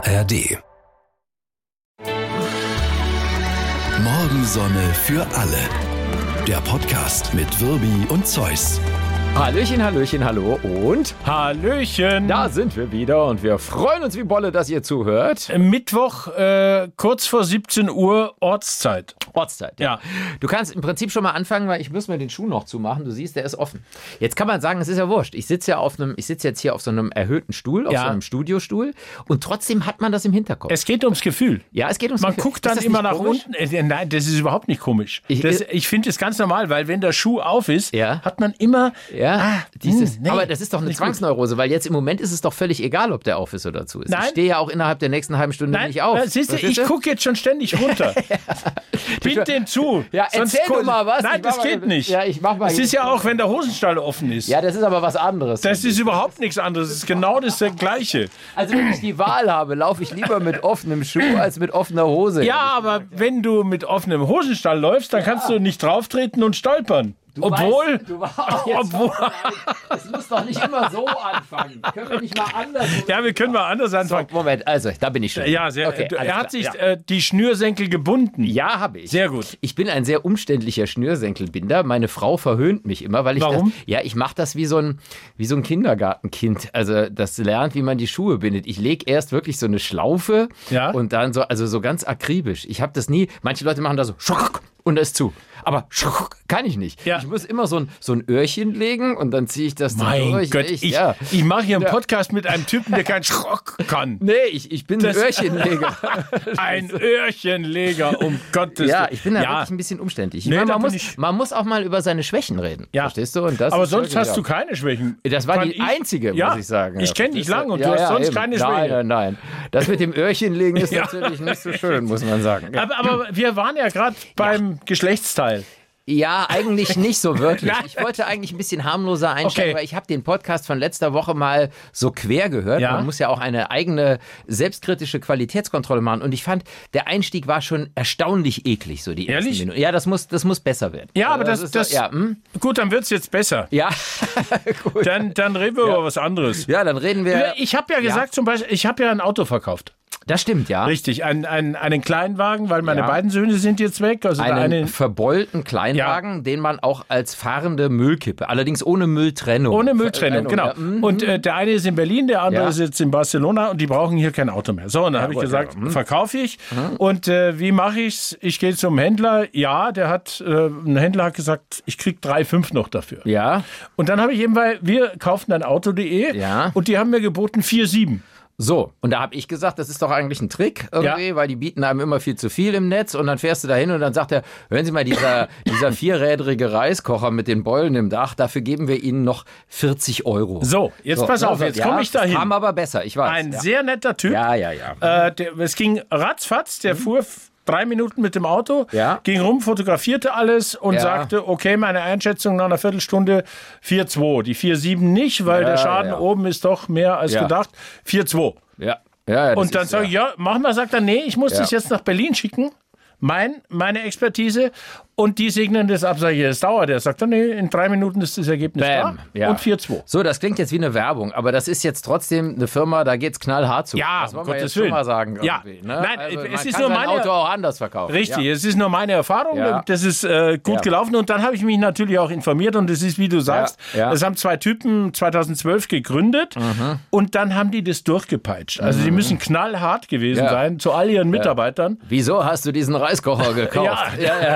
ARD. Morgensonne für alle. Der Podcast mit Wirbi und Zeus. Hallöchen, Hallöchen, hallo und Hallöchen. Da sind wir wieder und wir freuen uns wie Bolle, dass ihr zuhört. Mittwoch, kurz vor 17 Uhr Ortszeit. Ortszeit, ja. Du kannst im Prinzip schon mal anfangen, weil ich muss mir den Schuh noch zumachen. Du siehst, der ist offen. Jetzt kann man sagen, es ist ja wurscht. Ich sitze jetzt hier auf so einem erhöhten Stuhl, auf so einem Studiostuhl und trotzdem hat man das im Hinterkopf. Es geht ums Gefühl. Ja, es geht ums Man Gefühl. guckt dann immer nach komisch? unten. Nein, das ist überhaupt nicht komisch. Ich finde es ganz normal, weil wenn der Schuh auf ist, hat man immer... Aber das ist doch eine Zwangsneurose, weil jetzt im Moment ist es doch völlig egal, ob der auf ist oder zu ist. Nein. Ich stehe ja auch innerhalb der nächsten halben Stunde nicht auf. Siehst du, ich gucke jetzt schon ständig runter. Bind den zu. Ja, erzähl du mal was. Nein, das geht nicht. Ja, ich mach mal. Es ist ja auch, wenn der Hosenstall offen ist. Ja, das ist aber was anderes. Das ist überhaupt nichts anderes. Das ist genau das Gleiche. Also wenn ich die Wahl habe, laufe ich lieber mit offenem Schuh als mit offener Hose. Ja, aber wenn du mit offenem Hosenstall läufst, dann kannst du nicht drauftreten und stolpern. Obwohl, es muss doch nicht immer so anfangen. Können wir nicht mal anders? Ja, wir können mal anders anfangen. So, Moment, also, da bin ich schon. Ja, sehr. Okay, er hat sich die Schnürsenkel gebunden. Ja, habe ich. Sehr gut. Ich bin ein sehr umständlicher Schnürsenkelbinder. Meine Frau verhöhnt mich immer, weil ich Warum? Ich mache das wie so ein Kindergartenkind. Also das lernt, wie man die Schuhe bindet. Ich lege erst wirklich so eine Schlaufe und dann so ganz akribisch. Ich habe das nie. Manche Leute machen da so und das ist zu. Aber kann ich nicht. Ja. Ich muss immer so ein Öhrchen legen und dann ziehe ich das mein durch. Gott, ich mache hier einen Podcast mit einem Typen, der kein Schrock kann. Nee, ich bin ein Öhrchenleger. Ein Öhrchenleger, um Gottes Willen. Ja, ich bin da wirklich ein bisschen umständlich. Nee, man muss auch mal über seine Schwächen reden. Ja. Verstehst du? Und das aber sonst hast du keine Schwächen. Das war die einzige, muss ich sagen. Ich kenne dich lange und du hast sonst keine Schwächen. Nein. Das mit dem Öhrchenlegen ist natürlich nicht so schön, muss man sagen. Aber wir waren ja gerade beim Geschlechtsteil. Ja, eigentlich nicht so wirklich. Ich wollte eigentlich ein bisschen harmloser einsteigen, weil ich habe den Podcast von letzter Woche mal so quer gehört. Ja. Man muss ja auch eine eigene selbstkritische Qualitätskontrolle machen. Und ich fand, der Einstieg war schon erstaunlich eklig, so die ersten Minuten. Ja, das muss besser werden. Ja, aber gut, dann wird es jetzt besser. Ja, gut. Dann reden wir über was anderes. Ja, dann reden wir... Ich habe ja gesagt, zum Beispiel, ich habe ja ein Auto verkauft. Das stimmt, ja. Richtig, einen Kleinwagen, weil meine beiden Söhne sind jetzt weg. Also einen verbeulten Kleinwagen, den man auch als fahrende Müllkippe, allerdings ohne Mülltrennung. Ohne Mülltrennung, genau. Und der eine ist in Berlin, der andere ist jetzt in Barcelona und die brauchen hier kein Auto mehr. So, und dann habe ich gesagt, verkaufe ich. Und wie mache ich's? Ich gehe zum Händler. Ja, ein Händler hat gesagt, ich kriege 3,5 noch dafür. Ja. Und dann habe ich eben, weil wir kauften ein Auto.de und die haben mir geboten 4,7. So, und da habe ich gesagt, das ist doch eigentlich ein Trick irgendwie, weil die bieten einem immer viel zu viel im Netz und dann fährst du da hin und dann sagt er, hören Sie mal, dieser vierrädrige Reiskocher mit den Beulen im Dach, dafür geben wir Ihnen noch 40 €. So, jetzt pass auf, jetzt komme ich da hin. Kam aber besser, ich weiß. Ein sehr netter Typ. Ja. Es ging ratzfatz, der fuhr 3 Minuten mit dem Auto, ging rum, fotografierte alles und sagte, okay, meine Einschätzung nach einer Viertelstunde 4,2. Die 4,7 nicht, weil der Schaden oben ist doch mehr als gedacht. 4,2. Ja, und dann sage ich, machen wir, sagt er, nee, ich muss das jetzt nach Berlin schicken. Meine Expertise. Und die segnen das ab, sage ich, das dauert. Er sagt dann, nee, in 3 Minuten ist das Ergebnis da. Und 4,2. So, das klingt jetzt wie eine Werbung, aber das ist jetzt trotzdem eine Firma, da geht's knallhart zu. Ja, das wollen wir jetzt schon mal sagen. Ja. Ne? Nein, also, es ist kann nur sein meine Auto auch anders verkaufen. Richtig, es ist nur meine Erfahrung. Das ist gut gelaufen. Und dann habe ich mich natürlich auch informiert. Und es ist, wie du sagst, das haben 2 Typen 2012 gegründet. Und dann haben die das durchgepeitscht. Also die müssen knallhart gewesen sein zu all ihren Mitarbeitern. Wieso hast du diesen Reiskocher gekauft?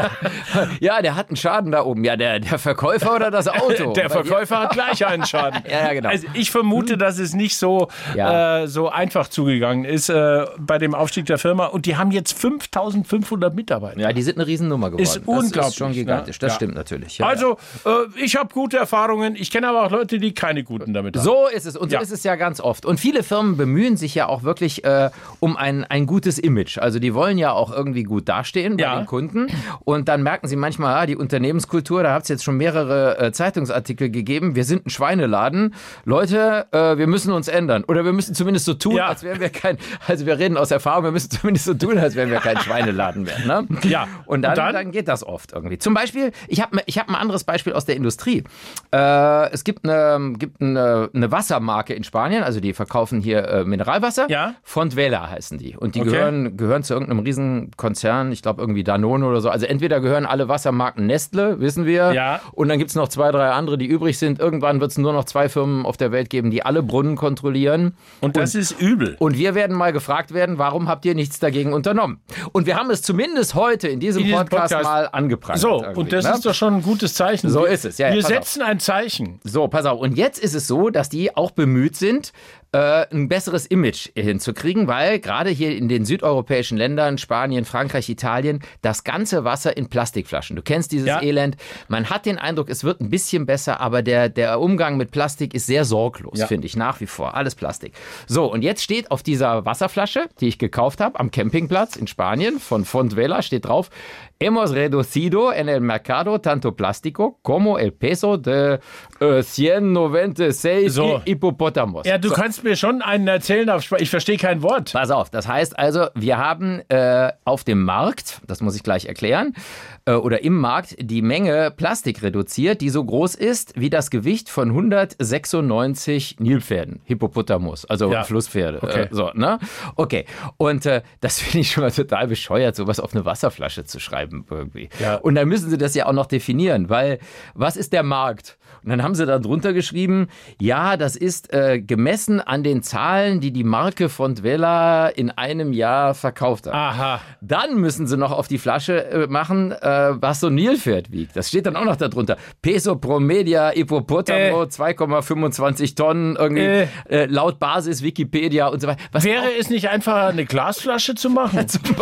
Ja, der hat einen Schaden da oben. Ja, der Verkäufer oder das Auto? Der Verkäufer hat gleich einen Schaden. Ja, genau. Also ich vermute, dass es nicht so einfach zugegangen ist bei dem Aufstieg der Firma. Und die haben jetzt 5.500 Mitarbeiter. Ja, die sind eine Riesennummer geworden. Ist unglaublich. Das ist schon gigantisch. Das stimmt natürlich. Ja, also, ich habe gute Erfahrungen. Ich kenne aber auch Leute, die keine guten damit haben. So ist es. Und so ist es ja ganz oft. Und viele Firmen bemühen sich ja auch wirklich um ein gutes Image. Also die wollen ja auch irgendwie gut dastehen bei den Kunden. Und dann merken Sie manchmal, die Unternehmenskultur, da hat es jetzt schon mehrere Zeitungsartikel gegeben, wir sind ein Schweineladen. Leute, wir müssen uns ändern. Oder wir müssen zumindest so tun, als wären wir also wir reden aus Erfahrung, wir müssen zumindest so tun, als wären wir kein Schweineladen mehr. Ne? Ja. Und dann geht das oft irgendwie. Zum Beispiel, ich hab ein anderes Beispiel aus der Industrie. Es gibt eine Wassermarke in Spanien, also die verkaufen hier Mineralwasser. Ja. Fontwela heißen die. Und die gehören zu irgendeinem Riesenkonzern, ich glaube irgendwie Danone oder so. Also entweder gehören alle Wassermarken Nestle, wissen wir. Ja. Und dann gibt es noch 2, 3 andere, die übrig sind. Irgendwann wird es nur noch 2 Firmen auf der Welt geben, die alle Brunnen kontrollieren. Und das ist übel. Und wir werden mal gefragt werden, warum habt ihr nichts dagegen unternommen? Und wir haben es zumindest heute in diesem Podcast mal angeprangert. So, und das ist doch schon ein gutes Zeichen. So ist es. Ja, wir setzen ein Zeichen. So, pass auf. Und jetzt ist es so, dass die auch bemüht sind, ein besseres Image hinzukriegen, weil gerade hier in den südeuropäischen Ländern, Spanien, Frankreich, Italien, das ganze Wasser in Plastikflaschen. Du kennst dieses Elend. Man hat den Eindruck, es wird ein bisschen besser, aber der Umgang mit Plastik ist sehr sorglos, finde ich, nach wie vor. Alles Plastik. So, und jetzt steht auf dieser Wasserflasche, die ich gekauft habe, am Campingplatz in Spanien von Fontwela, steht drauf: Hemos reducido en el mercado tanto plástico como el peso de 196 hipopótamos. Ja, du kannst mir schon einen erzählen, ich verstehe kein Wort. Pass auf, das heißt also, wir haben auf dem Markt, das muss ich gleich erklären, oder im Markt die Menge Plastik reduziert, die so groß ist wie das Gewicht von 196 Nilpferden, Hippopotamus, also Flusspferde. Okay. Okay, und das finde ich schon mal total bescheuert, sowas auf eine Wasserflasche zu schreiben irgendwie. Ja. Und dann müssen sie das ja auch noch definieren, weil was ist der Markt? Und dann haben sie da drunter geschrieben, ja, das ist gemessen an den Zahlen, die Marke Fontwela in einem Jahr verkauft hat. Aha. Dann müssen sie noch auf die Flasche machen, was so ein Nilpferd wiegt. Das steht dann auch noch da drunter. Peso pro media Hippopotamo, 2,25 Tonnen, irgendwie laut Basis Wikipedia und so weiter. Wäre es nicht einfacher, eine Glasflasche zu machen?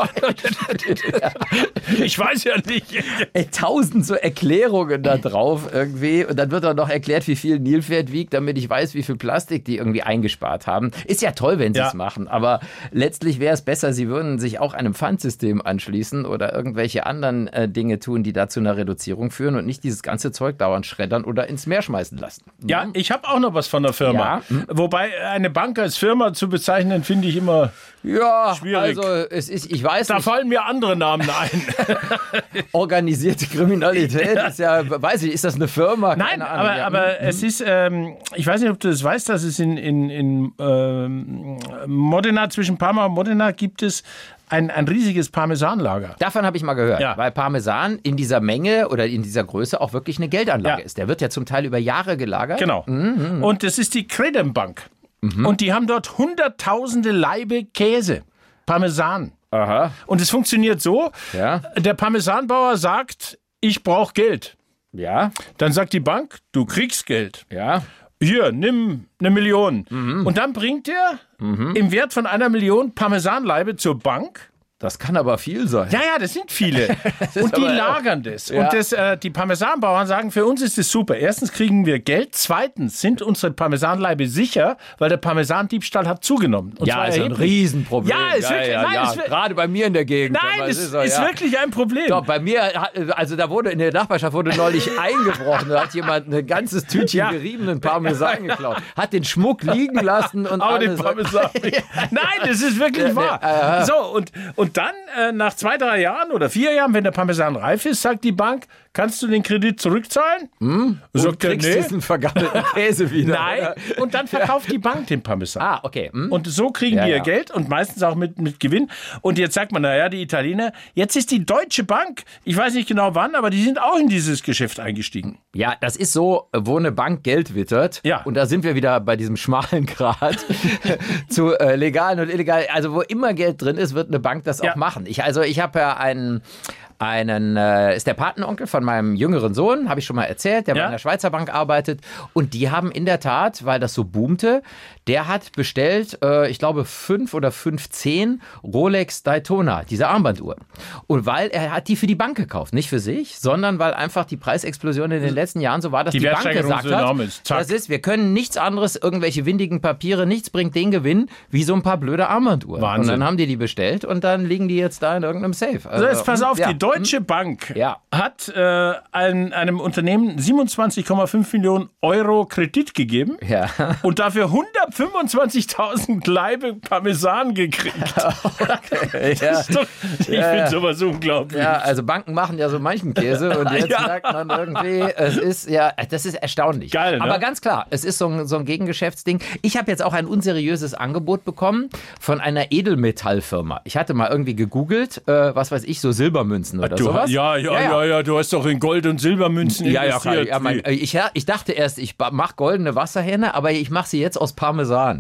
Ich weiß ja nicht. 1000 so Erklärungen da drauf irgendwie. Und dann wird auch noch erklärt, wie viel Nilpferd wiegt, damit ich weiß, wie viel Plastik die irgendwie eingespart haben. Ist ja toll, wenn sie es machen, aber letztlich wäre es besser, sie würden sich auch einem Pfandsystem anschließen oder irgendwelche anderen Dinge tun, die da zu einer Reduzierung führen und nicht dieses ganze Zeug dauernd schreddern oder ins Meer schmeißen lassen. Ja, ich habe auch noch was von der Firma. Ja. Wobei eine Bank als Firma zu bezeichnen, finde ich immer schwierig. Also es ist, ich weiß da nicht. fallen mir andere Namen ein. Organisierte Kriminalität ist ja, weiß ich, ist das eine Firma? Nein, aber es ist, ich weiß nicht, ob du das weißt, dass es in Modena, zwischen Parma und Modena gibt es ein riesiges Parmesanlager. Davon habe ich mal gehört, weil Parmesan in dieser Menge oder in dieser Größe auch wirklich eine Geldanlage ist. Der wird ja zum Teil über Jahre gelagert. Genau. Und das ist die Credem-Bank. Und die haben dort hunderttausende Laibe Käse, Parmesan. Aha. Und es funktioniert so, der Parmesanbauer sagt, ich brauche Geld. Ja. Dann sagt die Bank, du kriegst Geld. Ja. Hier, nimm 1 Million. Und dann bringt er im Wert von 1 Million Parmesanlaibe zur Bank. Das kann aber viel sein. Ja, das sind viele. Und die lagern das. Ja. Und die Parmesanbauern sagen, für uns ist das super. Erstens kriegen wir Geld. Zweitens sind unsere Parmesanlaibe sicher, weil der Parmesandiebstahl hat zugenommen. Und ja, ist ein Riesenproblem. Ja, ist wirklich. Nein, gerade bei mir in der Gegend. Nein, es ist wirklich ein Problem. Doch, bei mir, also da wurde in der Nachbarschaft neulich eingebrochen. Da hat jemand ein ganzes Tütchen geriebenen Parmesan geklaut. Hat den Schmuck liegen lassen und aber den Parmesan. Nein, das ist wirklich wahr. So, und dann, nach 2, 3 Jahren oder 4 Jahren, wenn der Parmesan reif ist, sagt die Bank, kannst du den Kredit zurückzahlen? Sagt er, nee. Diesen vergammelten Käse wieder. Nein, oder? Und dann verkauft die Bank den Parmesan. Ah, okay. Und so kriegen die ihr Geld und meistens auch mit Gewinn. Und jetzt sagt man, naja, die Italiener, jetzt ist die Deutsche Bank, ich weiß nicht genau wann, aber die sind auch in dieses Geschäft eingestiegen. Ja, das ist so, wo eine Bank Geld wittert. Ja. Und da sind wir wieder bei diesem schmalen Grat zu legalen und illegalen. Also wo immer Geld drin ist, wird eine Bank das auch machen. Ich habe ja ist der Patenonkel von meinem jüngeren Sohn, habe ich schon mal erzählt, der bei einer Schweizer Bank arbeitet. Und die haben in der Tat, weil das so boomte, der hat bestellt, ich glaube 5 oder 15 Rolex Daytona, diese Armbanduhr. Und weil er hat die für die Bank gekauft, nicht für sich, sondern weil einfach die Preisexplosion in den letzten Jahren so war, dass die Bank gesagt hat, wir können nichts anderes, irgendwelche windigen Papiere, nichts bringt den Gewinn, wie so ein paar blöde Armbanduhren. Wahnsinn. Und dann haben die bestellt und dann liegen die jetzt da in irgendeinem Safe. Also jetzt pass auf, die Deutsche Bank hat einem Unternehmen 27,5 Millionen Euro Kredit gegeben und dafür 125.000 Laibe Parmesan gekriegt. Okay, ich finde sowas unglaublich. Ja, also Banken machen ja so manchen Käse und jetzt merkt man irgendwie, das ist erstaunlich. Geil, ne? Aber ganz klar, es ist so ein Gegengeschäftsding. Ich habe jetzt auch ein unseriöses Angebot bekommen von einer Edelmetallfirma. Ich hatte mal irgendwie gegoogelt, was weiß ich, so Silbermünzen oder sowas. Ja, du hast doch in Gold- und Silbermünzen investiert. Ich dachte erst, ich mache goldene Wasserhähne, aber ich mache sie jetzt aus Parmesan.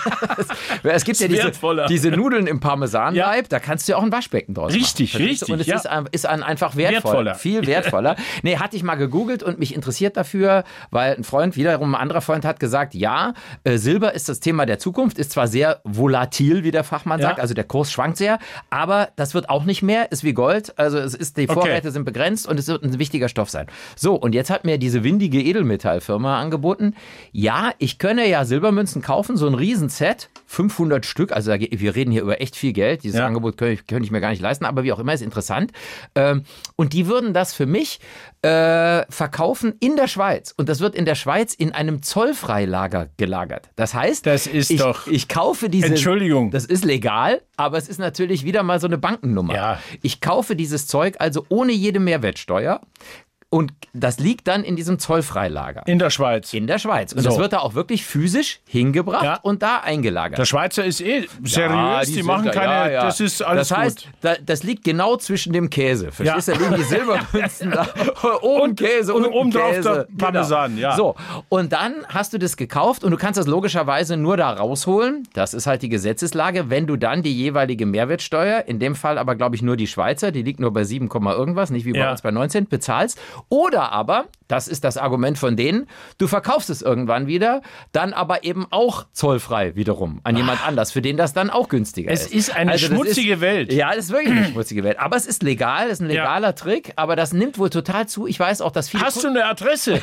Es gibt ja diese Nudeln im Parmesanleib, da kannst du ja auch ein Waschbecken draus machen. Richtig. Und es ist einfach wertvoller. Viel wertvoller. Nee, hatte ich mal gegoogelt und mich interessiert dafür, weil wiederum ein anderer Freund hat gesagt, Silber ist das Thema der Zukunft, ist zwar sehr volatil, wie der Fachmann sagt, also der Kurs schwankt sehr, aber das wird auch nicht mehr, ist wie Gold, also die Vorräte sind begrenzt und es wird ein wichtiger Stoff sein. So, und jetzt hat mir diese windige Edelmetallfirma angeboten, ich könne ja Silbermünzen kaufen, so ein Riesenset, 500 Stück, also wir reden hier über echt viel Geld, dieses Angebot könnte ich mir gar nicht leisten, aber wie auch immer, ist interessant. Und die würden das für mich verkaufen in der Schweiz. Und das wird in der Schweiz in einem Zollfreilager gelagert. Das heißt, ich kaufe diese... Entschuldigung. Das ist legal, aber es ist natürlich wieder mal so eine Bankennummer. Ja. Ich kaufe dieses Zeug also ohne jede Mehrwertsteuer. Und das liegt dann in diesem Zollfreilager. In der Schweiz. In der Schweiz. Und das wird da auch wirklich physisch hingebracht und da eingelagert. Der Schweizer ist seriös, die machen keine, das ist alles gut. Das heißt, das liegt genau zwischen dem Käse. Verstehst du? Da liegen die Silbermünzen da. Oben Käse und oben drauf der Parmesan, So, und dann hast du das gekauft und du kannst das logischerweise nur da rausholen. Das ist halt die Gesetzeslage, wenn du dann die jeweilige Mehrwertsteuer, in dem Fall aber glaube ich nur die Schweizer, die liegt nur bei 7, irgendwas, nicht wie bei uns bei 19, bezahlst. Oder aber, das ist das Argument von denen, du verkaufst es irgendwann wieder, dann aber eben auch zollfrei wiederum an jemand anders, für den das dann auch günstiger ist. Es ist eine schmutzige Welt. Ja, es ist wirklich eine schmutzige Welt. Aber es ist legal, es ist ein legaler Trick, aber das nimmt wohl total zu. Ich weiß auch, dass viele... Hast du eine Adresse?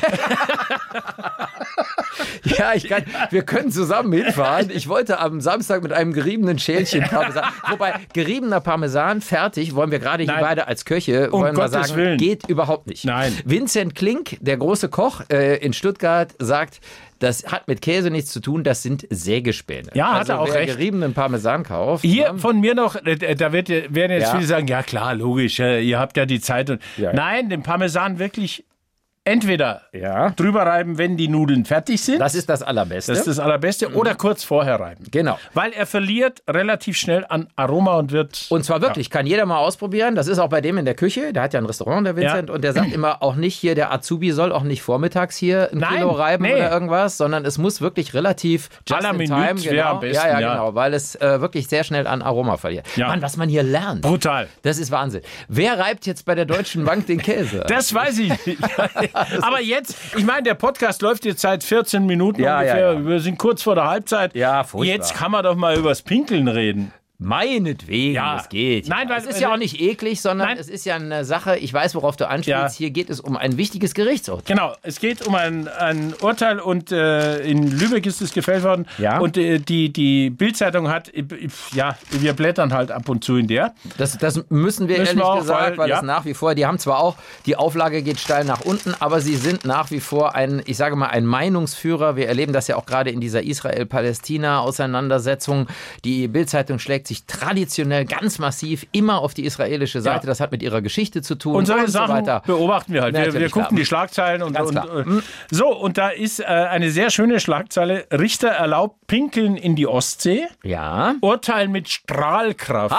Wir können zusammen hinfahren. Ich wollte am Samstag mit einem geriebenen Schälchen Parmesan, wobei geriebener Parmesan fertig, wollen wir gerade hier beide als Köche, wollen wir sagen, geht überhaupt nicht. Nein. Vincent Klink, der große Koch in Stuttgart, sagt, das hat mit Käse nichts zu tun, das sind Sägespäne. Ja, hat er auch wer recht. Geriebenen Parmesan kauft. Hier von mir noch, da werden jetzt viele sagen, ja klar, logisch, ihr habt ja die Zeit. Nein, den Parmesan wirklich entweder drüber reiben, wenn die Nudeln fertig sind. Das ist das Allerbeste. Das ist das Allerbeste. Oder kurz vorher reiben. Genau. Weil er verliert relativ schnell an Aroma und wird... Und zwar wirklich, kann jeder mal ausprobieren. Das ist auch bei dem in der Küche. Der hat ja ein Restaurant, der Vincent. Und der sagt immer auch nicht hier, der Azubi soll auch nicht vormittags hier ein Kilo reiben oder irgendwas, sondern es muss wirklich relativ just in time. Genau. Am besten, genau. Weil es wirklich sehr schnell an Aroma verliert. Ja. Mann, was man hier lernt. Brutal. Das ist Wahnsinn. Wer reibt jetzt bei der Deutschen Bank den Käse? Das weiß ich nicht. Aber jetzt, ich meine, der Podcast läuft jetzt seit 14 Minuten ungefähr. Ja. Wir sind kurz vor der Halbzeit. Ja, furchtbar. Jetzt kann man doch mal übers Pinkeln reden. Meinetwegen, es geht. Nein, weil es ist ja auch nicht eklig, sondern es ist ja eine Sache, ich weiß, worauf du anspielst. Ja. Hier geht es um ein wichtiges Gerichtsurteil. Genau, es geht um ein Urteil und in Lübeck ist es gefällt worden. Ja. Und die Bild-Zeitung hat, wir blättern halt ab und zu in der. Das müssen wir ehrlich gesagt, weil es nach wie vor, die haben zwar auch, die Auflage geht steil nach unten, aber sie sind nach wie vor ein Meinungsführer. Wir erleben das ja auch gerade in dieser Israel-Palästina-Auseinandersetzung. Die Bild-Zeitung schlägt sich traditionell ganz massiv immer auf die israelische Seite. Das hat mit ihrer Geschichte zu tun. Und solche Sachen beobachten wir halt. Wir gucken die Schlagzeilen und da ist eine sehr schöne Schlagzeile. Richter erlaubt Pinkeln in die Ostsee. Ja. Urteil mit Strahlkraft.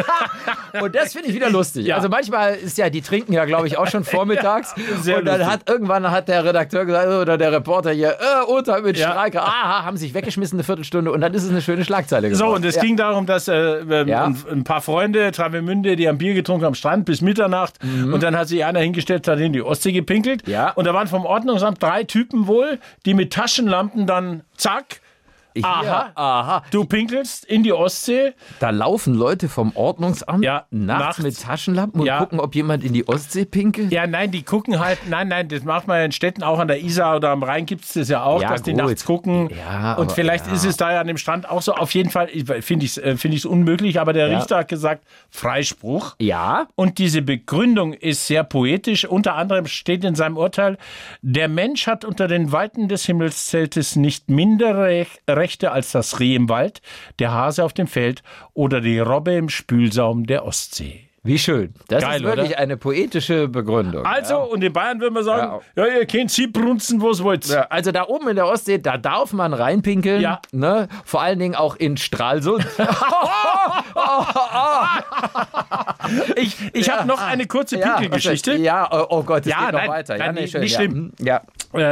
Und das finde ich wieder lustig. Ja. Also manchmal ist die trinken ja, glaube ich, auch schon vormittags. Und dann irgendwann hat der Redakteur gesagt, oder der Reporter hier, Urteil mit Strahlkraft. Haben sich weggeschmissen eine Viertelstunde und dann ist es eine schöne Schlagzeile geworden. So, und es ging darum, dass ein paar Freunde, Travemünde, die haben Bier getrunken am Strand bis Mitternacht und dann hat sich einer hingestellt, hat in die Ostsee gepinkelt und da waren vom Ordnungsamt 3 Typen wohl, die mit Taschenlampen dann zack Aha. Du pinkelst in die Ostsee. Da laufen Leute vom Ordnungsamt nachts mit Taschenlampen und gucken, ob jemand in die Ostsee pinkelt? Ja, nein, die gucken halt, nein, das macht man in Städten, auch an der Isar oder am Rhein gibt es das ja auch, dass die nachts gucken. Ja, und vielleicht ist es da ja an dem Strand auch so. Auf jeden Fall finde ich es unmöglich, aber der Richter hat gesagt, Freispruch. Ja. Und diese Begründung ist sehr poetisch. Unter anderem steht in seinem Urteil, der Mensch hat unter den Weiten des Himmelszeltes nicht minder Rechte als das Reh im Wald, der Hase auf dem Feld oder die Robbe im Spülsaum der Ostsee. Wie schön. Das Geil, ist wirklich oder? eine poetische Begründung. Also, und in Bayern würden wir sagen, ihr könnt sie brunzen, wo es wollt. Ja, also da oben in der Ostsee, da darf man reinpinkeln. Ja. Ne? Vor allen Dingen auch in Stralsund. Ich habe noch eine kurze Pinkelgeschichte. Ja, oh Gott, es geht noch weiter. Nein, nicht schlimm. Ja.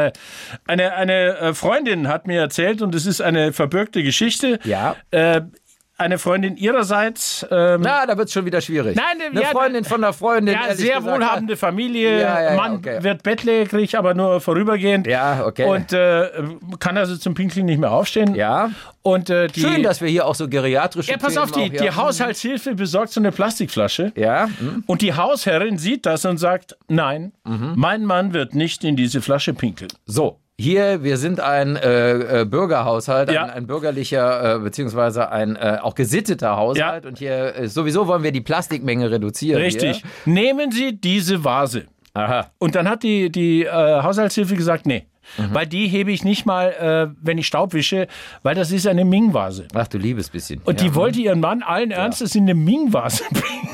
Eine Freundin hat mir erzählt, und es ist eine verbürgte Geschichte. Ja. Eine Freundin ihrerseits. Da wird es schon wieder schwierig. Nein, eine Freundin von einer Freundin. Ja, sehr wohlhabende Familie. Mann wird bettlägerig, aber nur vorübergehend. Ja, okay. Und kann also zum Pinkeln nicht mehr aufstehen. Ja. Und, schön, dass wir hier auch so geriatrische pass auf, die Haushaltshilfe besorgt so eine Plastikflasche. Ja. Und die Hausherrin sieht das und sagt, nein, mein Mann wird nicht in diese Flasche pinkeln. So. Hier, wir sind ein Bürgerhaushalt, ein bürgerlicher, beziehungsweise ein auch gesitteter Haushalt. Und hier sowieso wollen wir die Plastikmenge reduzieren. Richtig. Hier. Nehmen Sie diese Vase. Aha. Und dann hat die Haushaltshilfe gesagt, nee. Weil die hebe ich nicht mal, wenn ich Staub wische, weil das ist eine Ming-Vase. Ach, du liebes bisschen. Und die wollte ihren Mann allen Ernstes in eine Ming-Vase bringen.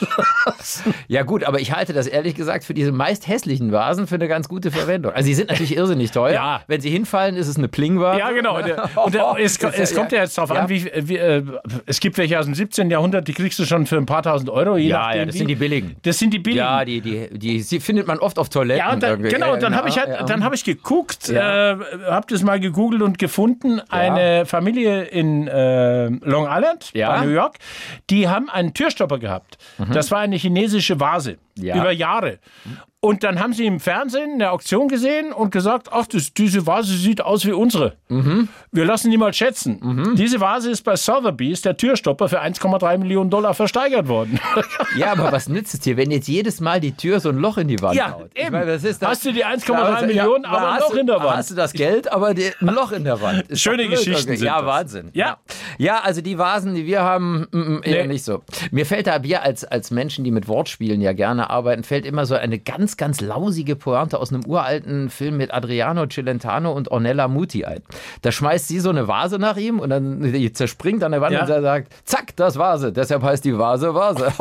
Ja gut, aber ich halte das ehrlich gesagt für diese meist hässlichen Vasen für eine ganz gute Verwendung. Also die sind natürlich irrsinnig teuer. Ja. Wenn sie hinfallen, ist es eine Pling-Vase. Ja, genau. Es kommt ja jetzt darauf an, es gibt welche aus dem 17. Jahrhundert, die kriegst du schon für ein paar tausend Euro. Das sind die billigen. Das sind die billigen. Ja, die findet man oft auf Toiletten. Ja, dann habe ich geguckt, habe das mal gegoogelt und gefunden, eine Familie in Long Island bei New York, die haben einen Türstopper gehabt. Das war eine chinesische Vase über Jahre. Und dann haben sie im Fernsehen eine Auktion gesehen und gesagt, ach, diese Vase sieht aus wie unsere. Wir lassen die mal schätzen. Diese Vase ist bei Sotheby's, der Türstopper, für 1,3 Millionen Dollar versteigert worden. Ja, aber was nützt es dir, wenn jetzt jedes Mal die Tür so ein Loch in die Wand haut? Eben. Ich meine, hast du die 1,3 Millionen, aber ein Loch in der Wand. Hast du das Geld, aber ein Loch in der Wand. Ist schöne Geschichten sind das. Wahnsinn. Ja, also die Vasen, die wir haben, eher nicht so. Mir fällt da, wir als Menschen, die mit Wortspielen ja gerne arbeiten, fällt immer so eine ganz lausige Pointe aus einem uralten Film mit Adriano Celentano und Ornella Muti ein. Da schmeißt sie so eine Vase nach ihm und dann die zerspringt an der Wand und er sagt, zack, das Vase. Deshalb heißt die Vase Vase.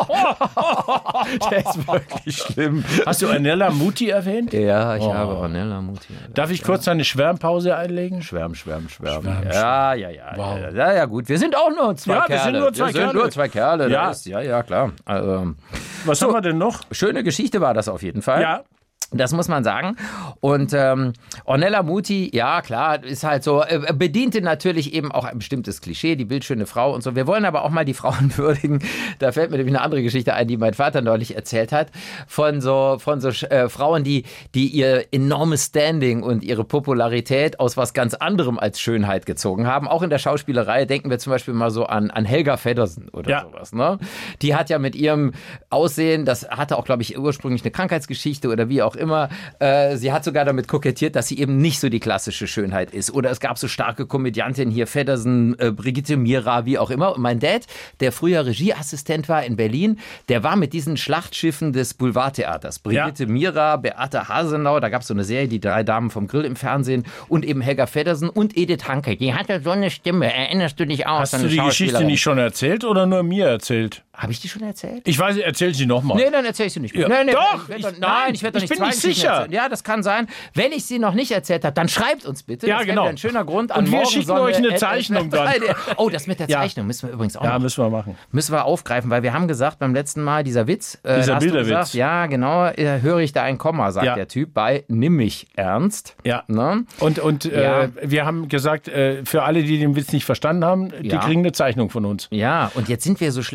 Der ist wirklich schlimm. Hast du Ornella Muti erwähnt? Ja, ich habe Ornella Muti erwähnt. Darf ich kurz eine Schwärmpause einlegen? Schwärm. Ja. Wow. Ja, gut. Wir sind auch nur zwei Kerle. Wir sind nur zwei Kerle. Ja, klar. Also, was haben wir denn noch? Schöne Geschichte war das auf jeden Fall. Ja. Das muss man sagen. Und Ornella Muti, ja klar, ist halt so, bediente natürlich eben auch ein bestimmtes Klischee, die bildschöne Frau und so. Wir wollen aber auch mal die Frauen würdigen. Da fällt mir nämlich eine andere Geschichte ein, die mein Vater neulich erzählt hat, von so Frauen, die ihr enormes Standing und ihre Popularität aus was ganz anderem als Schönheit gezogen haben. Auch in der Schauspielerei denken wir zum Beispiel mal so an Helga Feddersen oder sowas. Ne? Die hat ja mit ihrem Aussehen, das hatte auch, glaube ich, ursprünglich eine Krankheitsgeschichte oder wie auch immer. Sie hat sogar damit kokettiert, dass sie eben nicht so die klassische Schönheit ist. Oder es gab so starke Komödiantinnen hier, Feddersen, Brigitte Mira, wie auch immer. Und mein Dad, der früher Regieassistent war in Berlin, der war mit diesen Schlachtschiffen des Boulevardtheaters. Brigitte Mira, Beate Hasenau, da gab es so eine Serie, die 3 Damen vom Grill im Fernsehen und eben Helga Feddersen und Edith Hanke. Die hatte so eine Stimme. Erinnerst du dich auch? Hast du die Geschichte nicht schon erzählt oder nur mir erzählt? Habe ich die schon erzählt? Ich weiß, erzähl sie nochmal. Nee, dann erzähl ich sie nicht mehr. Ja. Nee, doch! Ich werde doch nicht zwei sicher. Erzählen. Ja, das kann sein. Wenn ich sie noch nicht erzählt habe, dann schreibt uns bitte. Ja, das genau. Ein schöner Grund. Und wir schicken euch eine Zeichnung dann. Oh, das mit der Zeichnung müssen wir übrigens auch noch. Müssen wir machen. Müssen wir aufgreifen, weil wir haben gesagt beim letzten Mal, dieser Witz. Dieser Bilderwitz. Ja, genau. Höre ich da ein Komma, sagt der Typ bei Nimm mich ernst. Ja. Ne? Und wir haben gesagt, für alle, die den Witz nicht verstanden haben, die kriegen eine Zeichnung von uns. Ja, und jetzt sind wir so schlecht bezeichnet.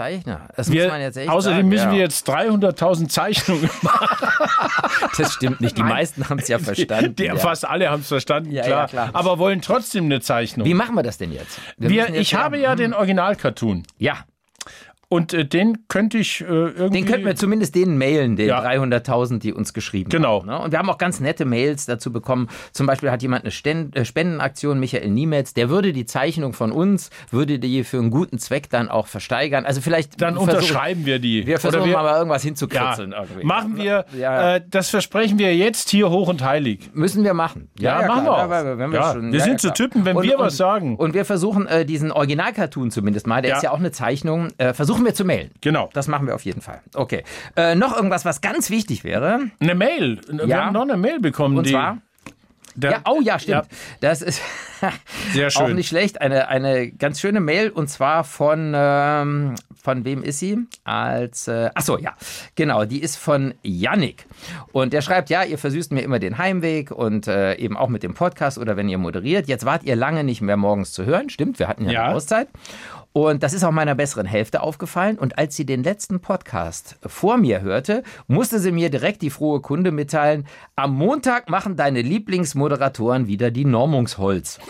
Zeichner. Das muss man jetzt echt außerdem sagen, müssen wir jetzt 300.000 Zeichnungen machen. Das stimmt nicht. Die meisten haben es ja verstanden. Fast alle haben es verstanden, klar. Ja, klar. Aber wollen trotzdem eine Zeichnung. Wie machen wir das denn jetzt? Ich habe ja den Original-Cartoon. Ja. Und den könnte ich irgendwie... Den könnten wir zumindest denen mailen, den 300.000, die uns geschrieben haben. Ne? Und wir haben auch ganz nette Mails dazu bekommen. Zum Beispiel hat jemand eine Spendenaktion, Michael Niemetz, der würde die Zeichnung von uns, würde die für einen guten Zweck dann auch versteigern. Also vielleicht... Dann unterschreiben wir die. Wir versuchen mal irgendwas hinzukritzeln. Ja, machen wir. Ja. Das versprechen wir jetzt hier hoch und heilig. Müssen wir machen. Ja, machen wir auch. Wir sind so Typen, wenn wir was sagen. Und wir versuchen diesen Original-Cartoon zumindest mal, der ist ja auch eine Zeichnung, versuchen wir zu mailen. Genau. Das machen wir auf jeden Fall. Okay. Noch irgendwas, was ganz wichtig wäre. Eine Mail. Wir haben noch eine Mail bekommen. Und zwar? Stimmt. Ja. Das ist sehr schön. Auch nicht schlecht. Eine ganz schöne Mail und zwar von wem ist sie? Genau, die ist von Yannick. Und der schreibt, ihr versüßt mir immer den Heimweg und eben auch mit dem Podcast oder wenn ihr moderiert. Jetzt wart ihr lange nicht mehr morgens zu hören. Stimmt, wir hatten ja eine Auszeit. Und das ist auch meiner besseren Hälfte aufgefallen. Und als sie den letzten Podcast vor mir hörte, musste sie mir direkt die frohe Kunde mitteilen, am Montag machen deine Lieblingsmoderatoren wieder die Normungsholz.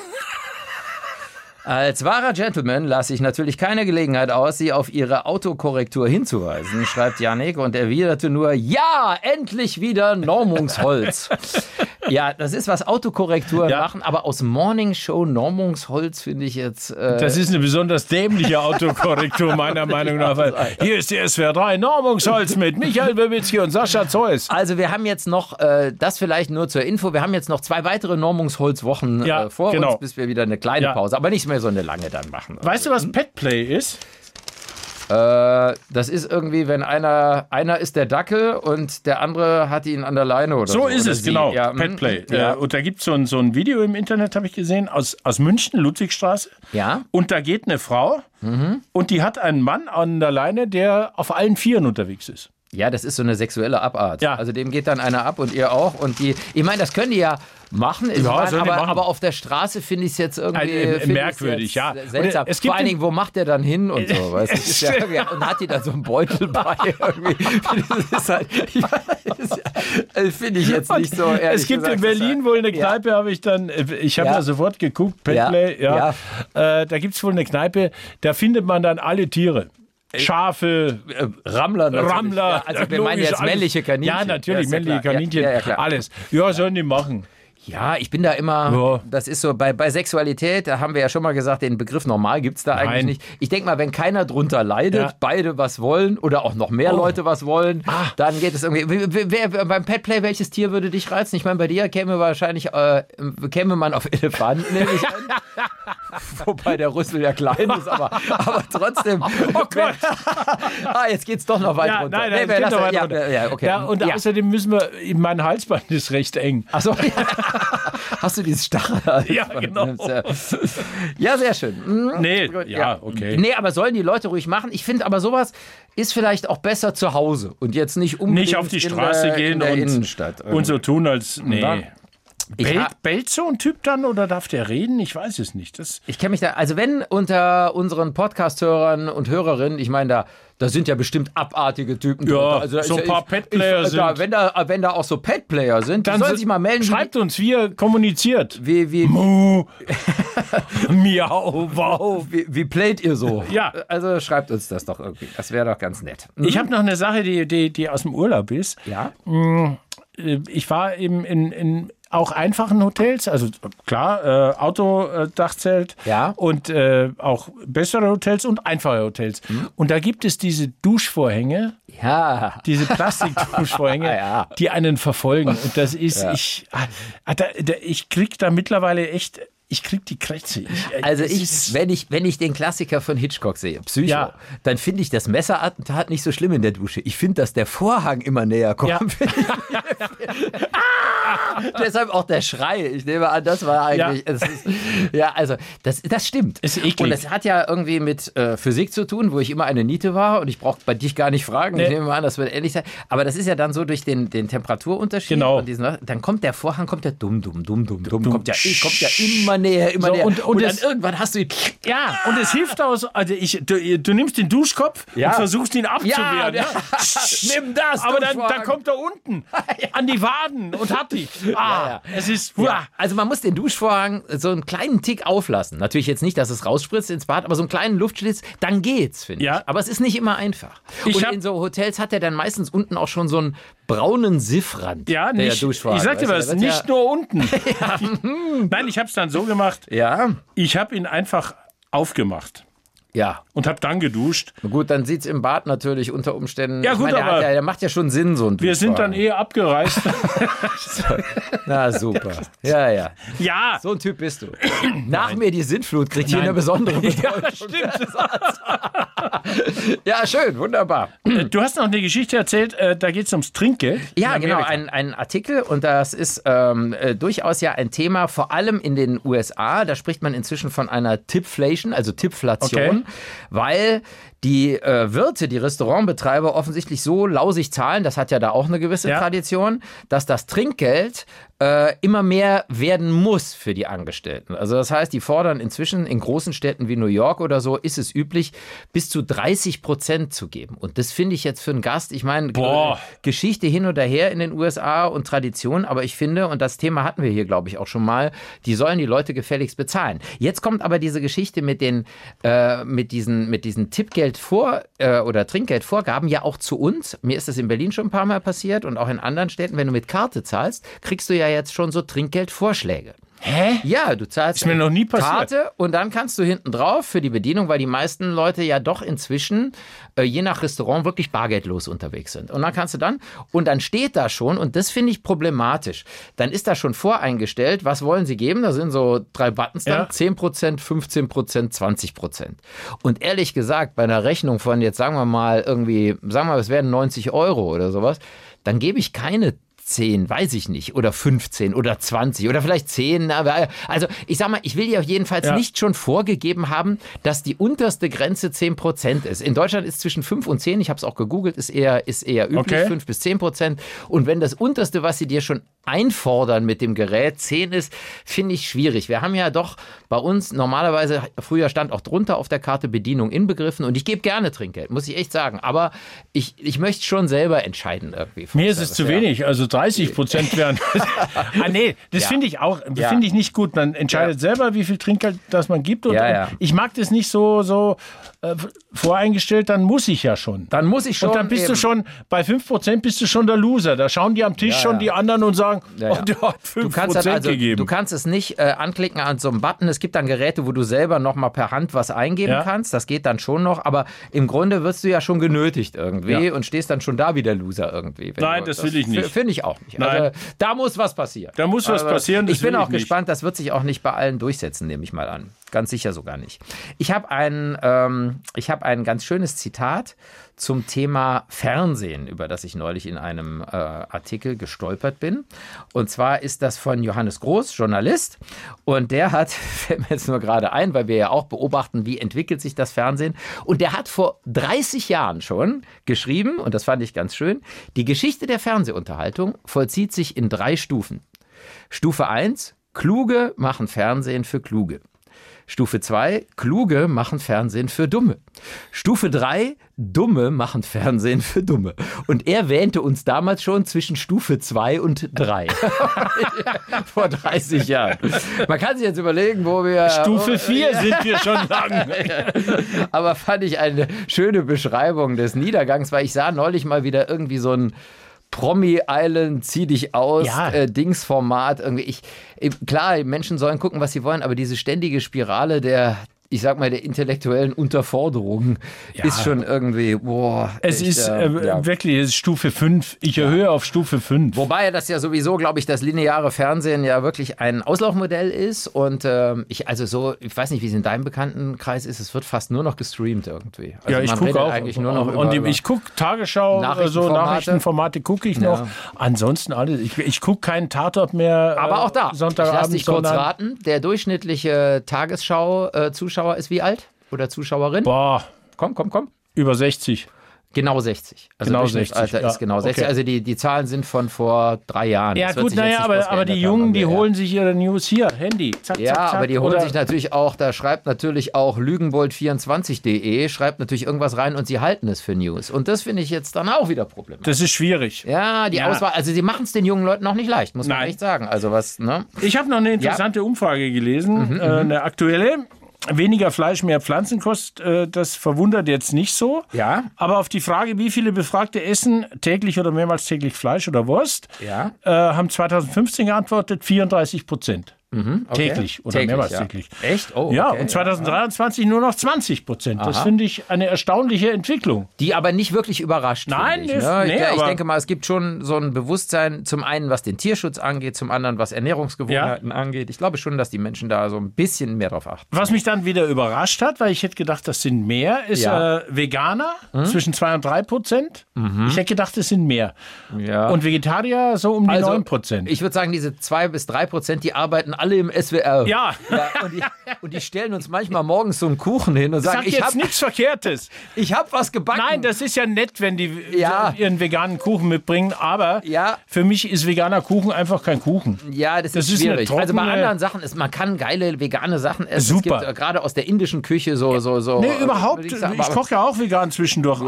Als wahrer Gentleman lasse ich natürlich keine Gelegenheit aus, Sie auf Ihre Autokorrektur hinzuweisen, schreibt Yannick und erwiderte nur, ja, endlich wieder Normungsholz. Ja, das ist, was Autokorrekturen machen, aber aus Morning Show Normungsholz finde ich jetzt... das ist eine besonders dämliche Autokorrektur, meiner Meinung nach. Hier ist die SWR 3 Normungsholz mit Michael Wibitzki und Sascha Zeus. Also wir haben jetzt noch, das vielleicht nur zur Info, wir haben jetzt noch 2 weitere Normungsholzwochen vor uns, bis wir wieder eine kleine Pause, aber nicht mehr so eine lange dann machen. Weißt du, was Petplay ist? Das ist irgendwie, wenn einer ist der Dackel und der andere hat ihn an der Leine oder so. So ist es, genau. Ja, Petplay. Ja. Und da gibt es so ein Video im Internet, habe ich gesehen, aus München, Ludwigstraße. Ja. Und da geht eine Frau und die hat einen Mann an der Leine, der auf allen Vieren unterwegs ist. Ja, das ist so eine sexuelle Abart. Ja. Also dem geht dann einer ab und ihr auch. Und ich meine, das können die ja machen. Aber auf der Straße finde ich es jetzt irgendwie merkwürdig, seltsam. Vor allen Dingen, wo macht der dann hin und so? Weißt du? Und hat die da so einen Beutel bei? Das ist halt, finde ich jetzt nicht so ehrlich. Es gibt in Berlin wohl eine Kneipe, ich habe da sofort geguckt, Petplay, da gibt es wohl eine Kneipe, da findet man dann alle Tiere. Schafe, Rammler. Ja, also wir meinen jetzt männliche Kaninchen. Ja, natürlich, männliche Kaninchen, alles. Ja, sollen die machen. Ja, ich bin da immer, das ist so, bei Sexualität, da haben wir ja schon mal gesagt, den Begriff normal gibt es da eigentlich nicht. Ich denke mal, wenn keiner drunter leidet, beide was wollen oder auch noch mehr Leute was wollen, dann geht es irgendwie. Beim Petplay, welches Tier würde dich reizen? Ich meine, bei dir käme man auf Elefanten nämlich an. Wobei der Rüssel ja klein ist, aber trotzdem. Oh Gott! Jetzt geht's doch noch weit runter. Nein, geht noch weit runter. Und außerdem müssen wir, mein Halsband ist recht eng. Ach so, Hast du dieses Stachel? Ja, genau. Ja, sehr schön. Okay. Nee, aber sollen die Leute ruhig machen. Ich finde aber sowas ist vielleicht auch besser zu Hause und jetzt nicht unbedingt nicht auf die Straße gehen in der Innenstadt. Und so tun, als... Nee. Bellt so ein Typ dann oder darf der reden? Ich weiß es nicht. Ich kenne mich da, also wenn unter unseren Podcast-Hörern und Hörerinnen, ich meine, da sind ja bestimmt abartige Typen. Ja, also so ein paar Petplayer sind. Wenn da auch so Petplayer sind, dann sollen sich mal melden. Schreibt uns, wie ihr kommuniziert. Mu, miau, wow. Wie playt ihr so? Ja. Also schreibt uns das doch irgendwie. Das wäre doch ganz nett. Ich habe noch eine Sache, die aus dem Urlaub ist. Ja. Ich war eben in auch einfachen Hotels, also klar, Autodachzelt und auch bessere Hotels und einfache Hotels. Und da gibt es diese Duschvorhänge, diese Plastikduschvorhänge, die einen verfolgen. Und das ist, ich krieg da mittlerweile echt... Ich krieg die Krätze. Wenn ich den Klassiker von Hitchcock sehe, Psycho, dann finde ich das Messerattentat nicht so schlimm in der Dusche. Ich finde, dass der Vorhang immer näher kommt. Ja. Deshalb auch der Schrei. Ich nehme an, das war eigentlich... Das stimmt. Ist eklig. Und das hat ja irgendwie mit Physik zu tun, wo ich immer eine Niete war und ich brauche bei dich gar nicht fragen. Nee. Ich nehme an, das wird ähnlich sein. Aber das ist ja dann so durch den Temperaturunterschied. Genau. Und dann kommt der Vorhang, kommt ja dumm. Kommt ja immer näher, immer so, näher. Und dann irgendwann hast du ihn. Ja, und es hilft aus, also du nimmst den Duschkopf und versuchst ihn abzuwehren. Ja. Nimm das. Aber dann kommt er unten an die Waden und hat dich. Es ist. Also man muss den Duschvorhang so einen kleinen Tick auflassen. Natürlich jetzt nicht, dass es rausspritzt ins Bad, aber so einen kleinen Luftschlitz, dann geht's, finde ich. Aber es ist nicht immer einfach. Und in so Hotels hat er dann meistens unten auch schon so einen braunen Siffrand. Ja, nicht. Ich sag dir was, nicht nur unten. Nein, ich habe es dann so gemacht. Ja. Ich habe ihn einfach aufgemacht. Ja. Und habe dann geduscht. Gut, dann sieht es im Bad natürlich unter Umständen. Ja, gut, aber der macht ja schon Sinn, so ein Duschvorhang. Wir sind dann abgereist. Na, super. Ja. Ja. So ein Typ bist du. Nach mir die Sintflut kriegt hier eine besondere Bedeutung. Ja, stimmt. Ja, schön, wunderbar. Du hast noch eine Geschichte erzählt, da geht es ums Trinkgeld. Ja, genau, ein Artikel und das ist durchaus ja ein Thema, vor allem in den USA. Da spricht man inzwischen von einer Tipflation, also Tippflation, weil die Wirte, die Restaurantbetreiber offensichtlich so lausig zahlen, das hat ja da auch eine gewisse Tradition, dass das Trinkgeld immer mehr werden muss für die Angestellten. Also das heißt, die fordern inzwischen in großen Städten wie New York oder so, ist es üblich, bis zu 30% zu geben. Und das finde ich jetzt für einen Gast, ich meine, Geschichte hin oder her in den USA und Tradition, aber ich finde, und das Thema hatten wir hier, glaube ich, auch schon mal, die sollen die Leute gefälligst bezahlen. Jetzt kommt aber diese Geschichte mit diesen Tippgeld oder Trinkgeldvorgaben ja auch zu uns. Mir ist das in Berlin schon ein paar Mal passiert und auch in anderen Städten. Wenn du mit Karte zahlst, kriegst du ja jetzt schon so Trinkgeldvorschläge. Hä? Ja, du zahlst ist mir noch nie passiert. Karte und dann kannst du hinten drauf für die Bedienung, weil die meisten Leute ja doch inzwischen je nach Restaurant wirklich bargeldlos unterwegs sind. Und dann kannst du und dann steht da schon, und das finde ich problematisch, dann ist da schon voreingestellt, was wollen sie geben? Da sind so 3 Buttons dann, 10%, 15%, 20%. Und ehrlich gesagt, bei einer Rechnung von jetzt sagen wir mal, es werden 90 Euro oder sowas, dann gebe ich keine 10, weiß ich nicht, oder 15 oder 20 oder vielleicht 10. Also ich sag mal, ich will ja jedenfalls nicht schon vorgegeben haben, dass die unterste Grenze 10% ist. In Deutschland ist zwischen 5 und 10, ich habe es auch gegoogelt, ist eher üblich, 5 bis 10%. Und wenn das unterste, was sie dir schon einfordern mit dem Gerät, 10 ist, finde ich schwierig. Wir haben ja doch bei uns normalerweise, früher stand auch drunter auf der Karte Bedienung inbegriffen und ich gebe gerne Trinkgeld, muss ich echt sagen. Aber ich möchte schon selber entscheiden irgendwie. Mir ist es zu wenig, also 30% wären. Nee, das finde ich auch, finde ich nicht gut. Man entscheidet selber, wie viel Trinkgeld das man gibt. Und ich mag das nicht so voreingestellt, dann muss ich ja schon. Dann muss ich schon. Und dann bist du schon, bei 5% bist du schon der Loser. Da schauen die am Tisch schon die anderen und sagen, der hat 5% gegeben. Du kannst es nicht anklicken an so einem Button. Es gibt dann Geräte, wo du selber noch mal per Hand was eingeben kannst. Das geht dann schon noch. Aber im Grunde wirst du ja schon genötigt irgendwie und stehst dann schon da wie der Loser irgendwie. Nein, das will ich nicht. Finde ich auch nicht. Also, da muss was passieren. Da muss was passieren. Ich bin auch gespannt. Das wird sich auch nicht bei allen durchsetzen, nehme ich mal an. Ganz sicher sogar nicht. Ich habe ein ganz schönes Zitat zum Thema Fernsehen, über das ich neulich in einem Artikel gestolpert bin. Und zwar ist das von Johannes Groß, Journalist. Und der hat, fällt mir jetzt nur gerade ein, weil wir ja auch beobachten, wie entwickelt sich das Fernsehen. Und der hat vor 30 Jahren schon geschrieben, und das fand ich ganz schön, die Geschichte der Fernsehunterhaltung vollzieht sich in 3 Stufen. Stufe 1, Kluge machen Fernsehen für Kluge. Stufe 2, Kluge machen Fernsehen für Dumme. Stufe 3, Dumme machen Fernsehen für Dumme. Und er wähnte uns damals schon zwischen Stufe 2 und 3. Vor 30 Jahren. Man kann sich jetzt überlegen, wo wir... Stufe 4 sind wir schon lang. Aber fand ich eine schöne Beschreibung des Niedergangs, weil ich sah neulich mal wieder irgendwie so ein Promi Island, zieh dich aus, Dingsformat. Irgendwie. Klar, Menschen sollen gucken, was sie wollen, aber diese ständige Spirale der intellektuellen Unterforderung ist schon irgendwie, Es ist wirklich, es ist Stufe 5. Ich erhöhe auf Stufe 5. Wobei das ja sowieso, glaube ich, das lineare Fernsehen ja wirklich ein Auslaufmodell ist und ich weiß nicht, wie es in deinem Bekanntenkreis ist, es wird fast nur noch gestreamt irgendwie. Also ich gucke auch. Eigentlich nur noch ich gucke Tagesschau, Nachrichtenformate gucke ich noch. Ansonsten alles. Ich gucke keinen Tatort mehr. Aber auch da, Sonntagabend. Ich lass dich kurz raten, der durchschnittliche Tagesschau-Zuschauer ist wie alt? Oder Zuschauerin? Boah. Komm. Über 60. Genau 60. Also genau 60. Alter ist genau 60. Okay. Also die Zahlen sind von vor 3 Jahren. Ja gut, aber die Jungen, die holen sich ihre News hier, Handy. Zack, ja, zack, aber die holen sich natürlich auch, da schreibt natürlich auch lügenbold24.de, schreibt natürlich irgendwas rein und sie halten es für News. Und das finde ich jetzt dann auch wieder problematisch. Das ist schwierig. Ja, die Auswahl, also sie machen es den jungen Leuten auch nicht leicht, muss man echt sagen. Also was, ne? Ich habe noch eine interessante Umfrage gelesen, eine aktuelle. Weniger Fleisch, mehr Pflanzenkost, das verwundert jetzt nicht so. Ja. Aber auf die Frage, wie viele Befragte essen täglich oder mehrmals täglich Fleisch oder Wurst, haben 2015 geantwortet 34%. Okay. Täglich oder mehrmals täglich. Echt? Oh, ja, und 2023 nur noch 20%. Das finde ich eine erstaunliche Entwicklung. Die aber nicht wirklich überrascht. Nein, ich denke mal, es gibt schon so ein Bewusstsein, zum einen, was den Tierschutz angeht, zum anderen, was Ernährungsgewohnheiten angeht. Ich glaube schon, dass die Menschen da so ein bisschen mehr drauf achten. Was mich dann wieder überrascht hat, weil ich hätte gedacht, das sind mehr, ist Veganer zwischen 2% und 3%. Ich hätte gedacht, es sind mehr. Ja. Und Vegetarier so um die 9%. Ich würde sagen, diese 2 bis 3%, die arbeiten alle im SWR. Ja. Und die stellen uns manchmal morgens so einen Kuchen hin und sagen, ich habe nichts Verkehrtes. Ich habe was gebacken. Nein, das ist ja nett, wenn die ihren veganen Kuchen mitbringen, aber für mich ist veganer Kuchen einfach kein Kuchen. Ja, das ist schwierig. Also bei anderen Sachen man kann geile vegane Sachen essen. Super. Es gibt gerade aus der indischen Küche so. Nee, überhaupt. Ich koche ja auch vegan zwischendurch,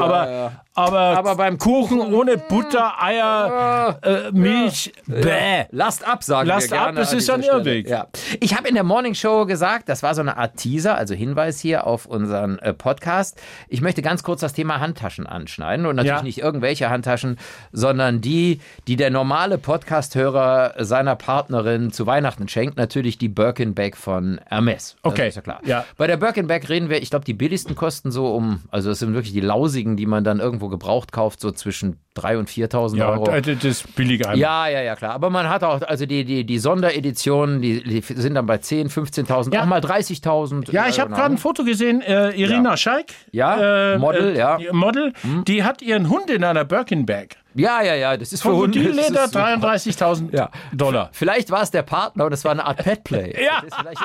aber beim Kuchen ohne Butter, Eier, Milch, bäh. Lasst ab, sagen wir gerne. Das ist ein Irrweg. Ja. Ich habe in der Morning Show gesagt, das war so eine Art Teaser, also Hinweis hier auf unseren Podcast. Ich möchte ganz kurz das Thema Handtaschen anschneiden und natürlich nicht irgendwelche Handtaschen, sondern die der normale Podcast-Hörer seiner Partnerin zu Weihnachten schenkt, natürlich die Birkin-Bag von Hermes. Okay. Das ist ja klar. Ja. Bei der Birkin-Bag reden wir, ich glaube, die billigsten kosten so also es sind wirklich die lausigen, die man dann irgendwo gebraucht kauft, so zwischen 3.000 und 4.000 Euro. Ja, das ist billig einfach. Ja, klar. Aber man hat auch, also die Sondereditionen, die sind dann bei 10.000, 15.000, auch mal 30.000. Ja, ich habe gerade ein Foto gesehen, Irina Scheik. Ja, Model, die hat ihren Hund in einer Birkin-Bag. Ja, das ist für Hunde. Leder, $33.000. Vielleicht war es der Partner und es war eine Art Petplay. Ja.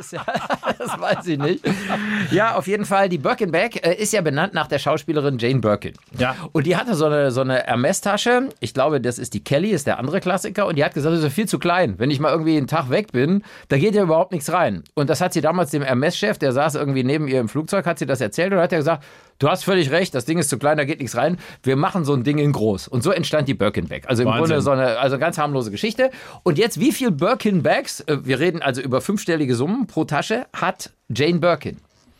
Das weiß ich nicht. Ja, auf jeden Fall, die Birkin-Bag ist ja benannt nach der Schauspielerin Jane Birkin. Ja. Und die hatte so eine Hermes-Tasche. Ich glaube, das ist die Kelly, ist der andere Klassiker. Und die hat gesagt, das ist viel zu klein. Wenn ich mal irgendwie einen Tag weg bin, da geht ja überhaupt nichts rein. Und das hat sie damals dem Hermes-Chef, der saß irgendwie neben ihr im Flugzeug, hat sie das erzählt und hat er gesagt, du hast völlig recht, das Ding ist zu klein, da geht nichts rein. Wir machen so ein Ding in groß. Und so entstand die Birkin-Bag. Also im Grunde so eine ganz harmlose Geschichte. Und jetzt, wie viel Birkin-Bags, wir reden also über 5-stellige Summen pro Tasche, hat Jane Birkin?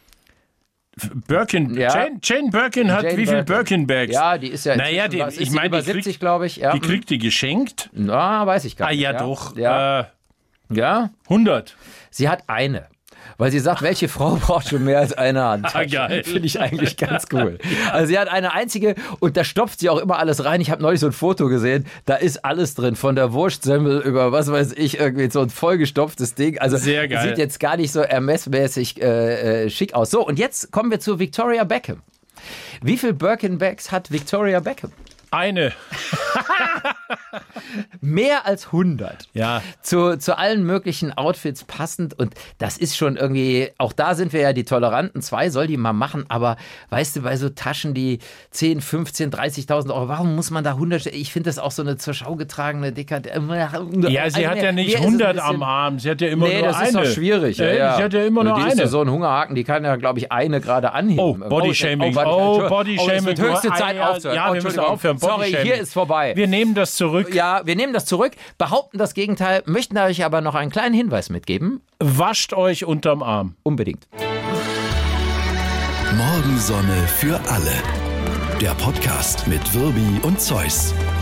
Jane Birkin hat wie viel Birkin-Bags? Ja, die ist ja ich meine, über 70, glaube ich. Ja. Die kriegt die geschenkt? Na, weiß ich gar nicht. Doch. Ja. 100. Sie hat eine. Weil sie sagt, welche Frau braucht schon mehr als eine Handtasche? Geil. Finde ich eigentlich ganz cool. Also sie hat eine einzige und da stopft sie auch immer alles rein. Ich habe neulich so ein Foto gesehen, da ist alles drin, von der Wurstsemmel über was weiß ich, irgendwie so ein vollgestopftes Ding. Also sehr geil. Sieht jetzt gar nicht so Hermes-mäßig schick aus. So, und jetzt kommen wir zu Victoria Beckham. Wie viel Birkin-Bags hat Victoria Beckham? Eine. Mehr als 100. Ja. Zu allen möglichen Outfits passend. Und das ist schon irgendwie, auch da sind wir ja die Toleranten. 2 soll die mal machen. Aber weißt du, bei so Taschen, die 10, 15, 30.000 Euro, warum muss man da 100? Ich finde das auch so eine zur Schau getragene Dickheit. Ja, sie hat ja nicht 100 am Arm. Sie hat ja immer nur eine. Nee, das ist doch schwierig. Ja. Sie hat ja immer nur eine. Die ist ja so ein Hungerhaken, die kann ja, glaube ich, eine gerade anheben. Oh, Bodyshaming. Bodyshaming. Es wird höchste Zeit aufzuhören. Ja, wir müssen aufhören. Sorry, hier ist vorbei. Wir nehmen das zurück. Ja, wir nehmen das zurück, behaupten das Gegenteil, möchten euch aber noch einen kleinen Hinweis mitgeben. Wascht euch unterm Arm. Unbedingt. Morgensonne für alle. Der Podcast mit Wirbi und Zeus.